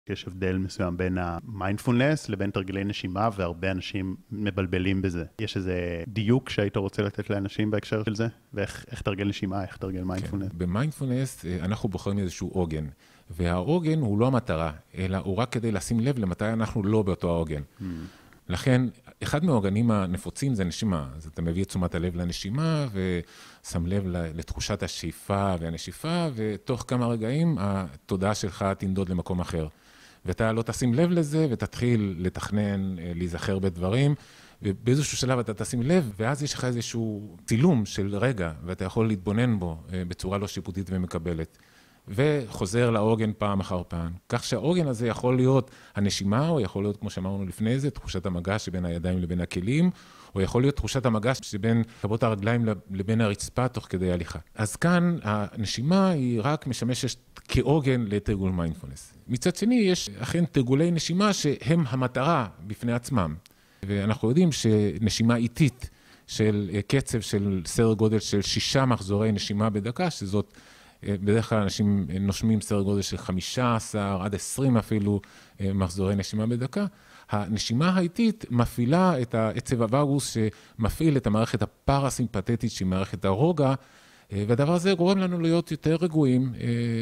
יש הבדל מסוים בין המיינדפולנס לבין תרגילי נשימה, והרבה אנשים מבלבלים בזה. יש איזה דיוק שהיית רוצה לתת לאנשים בהקשר של זה? ואיך תרגל נשימה, איך תרגל מיינדפולנס? כן. במיינדפולנס אנחנו בוחרים איזשהו עוגן, והעוגן הוא לא המטרה, אלא הוא רק כדי לשים לב למתי אנחנו לא באותו העוגן. לכן, אחד מהעוגנים הנפוצים זה נשימה. אז אתה מביא את תשומת הלב לנשימה, ושם לב לתחושת השאיפה והנשיפה, ותוך כמה רגעים התודעה שלך תנדוד למקום אחר. ואתה לא תשים לב לזה, ותתחיל לתכנן, להיזכר בדברים, ובאיזשהו שלב אתה תשים לב, ואז יש לך איזשהו צילום של רגע, ואתה יכול להתבונן בו בצורה לא שיפוטית ומקבלת. וחוזר לעוגן פעם אחר פעם. כך שהעוגן הזה יכול להיות הנשימה, או יכול להיות, כמו שאמרנו לפני זה, תחושת המגע שבין הידיים לבין הכלים, או יכול להיות תחושת המגע שבין כפות הרגליים לבין הרצפה תוך כדי הליכה. אז כאן הנשימה היא רק משמשת כעוגן לתרגול מיינדפולנס. מצד שני, יש אכן תרגולי נשימה שהם המטרה בפני עצמם. ואנחנו יודעים שנשימה איטית של קצב של סדר גודל של 6 מחזורי נשימה בדקה, שזאת בדרך כלל אנשים נושמים סדר גודל של 15 עד 20 אפילו מחזורי נשימה בדקה. הנשימה האיטית מפעילה את העצב הווגוס שמפעיל את המערכת הפרסימפתטית שהיא מערכת הרוגע, והדבר הזה גורם לנו להיות יותר רגועים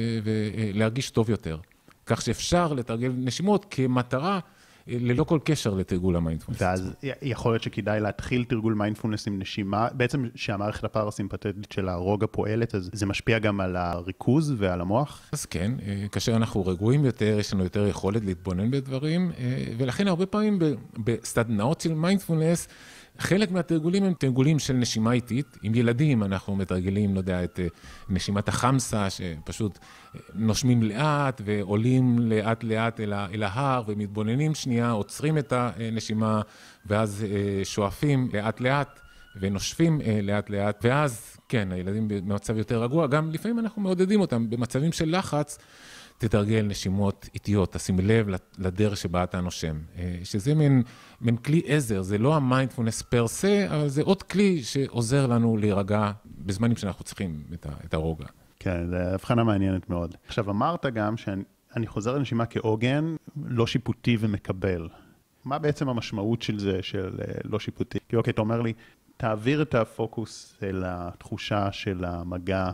ולהרגיש טוב יותר. כך שאפשר לתרגל נשימות כמטרה ללא כל קשר לתרגול המיינדפולנס. ואז יכול להיות שכדאי להתחיל תרגול מיינדפולנס עם נשימה, בעצם שהמערכת הפרסימפתטית של הרוגע פועלת, אז זה משפיע גם על הריכוז ועל המוח? אז כן, כאשר אנחנו רגועים יותר, יש לנו יותר יכולת להתבונן בדברים, ולכן הרבה פעמים בסדנאות של מיינדפולנס, חלק מהתרגולים הם תרגולים של נשימה איטית. עם ילדים אנחנו מתרגלים, לא יודע, את נשימת החמסה, שפשוט נושמים לאט ועולים לאט לאט אל ההר ומתבוננים שנייה, עוצרים את הנשימה ואז שואפים לאט לאט ונושפים לאט לאט. ואז, כן, הילדים במצב יותר רגוע, גם לפעמים אנחנו מעודדים אותם במצבים של לחץ, תתרגל נשימות איטיות, תשים לב לדרך שבה אתה נושם. שזה מין כלי עזר, זה לא המיינדפולנס פר סה, אבל זה עוד כלי שעוזר לנו להירגע בזמנים שאנחנו צריכים את הרוגע. כן, זו הבחנה מעניינת מאוד. עכשיו, אמרת גם שאני חוזר לנשימה כעוגן, לא שיפוטי ומקבל. מה בעצם המשמעות של זה, של לא שיפוטי? כי אוקיי, אתה אומר לי, תעביר את הפוקוס אל התחושה של המגע,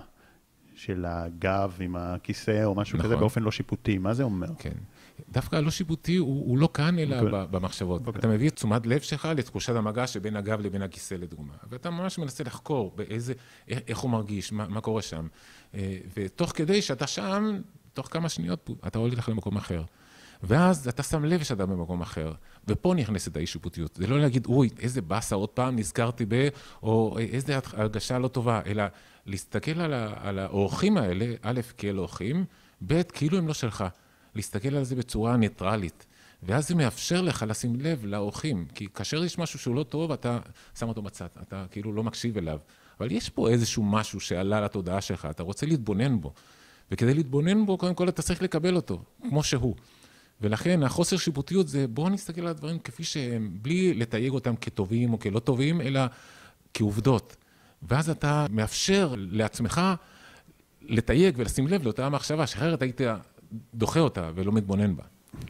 של הגב עם הכיסא או משהו כזה באופן לא שיפוטי. מה זה אומר? כן. דווקא הלא שיפוטי הוא לא כאן אלא במחשבות. אתה מביא את תשומת לב שלך לתחושת המגע שבין הגב לבין הכיסא לדוגמה. ואתה ממש מנסה לחקור איך הוא מרגיש, מה קורה שם. ותוך כדי שאתה שם, תוך כמה שניות אתה הולך למקום אחר. ואז אתה שם לב שאתה במקום אחר. ופה נכנסת האי-שיפוטיות. זה לא להגיד, אוי, איזה בסה, עוד פעם נזכרתי או איזה הרגשה לא טובה, אלא להסתכל על האורחים האלה, א', כאל אורחים, ב', כאילו הם לא שלך. להסתכל על זה בצורה ניטרלית. ואז זה מאפשר לך לשים לב לאורחים, כי כאשר יש משהו שהוא לא טוב, אתה שם אותו בצד, אתה כאילו לא מקשיב אליו. אבל יש פה איזשהו משהו שעלה לתודעה שלך, אתה רוצה להתבונן בו. וכדי להתבונן בו, קודם כל אתה צריך לקבל אותו, כמו שהוא. ולכן החוסר שיפוטיות זה בואו נסתכל על הדברים כפי שהם, בלי לתייג אותם כטובים או כלא טובים, אלא כעובדות. ואז אתה מאפשר לעצמך לתייג ולשים לב לאותה המחשבה, שאחרת היית דוחה אותה ולא מתבונן בה.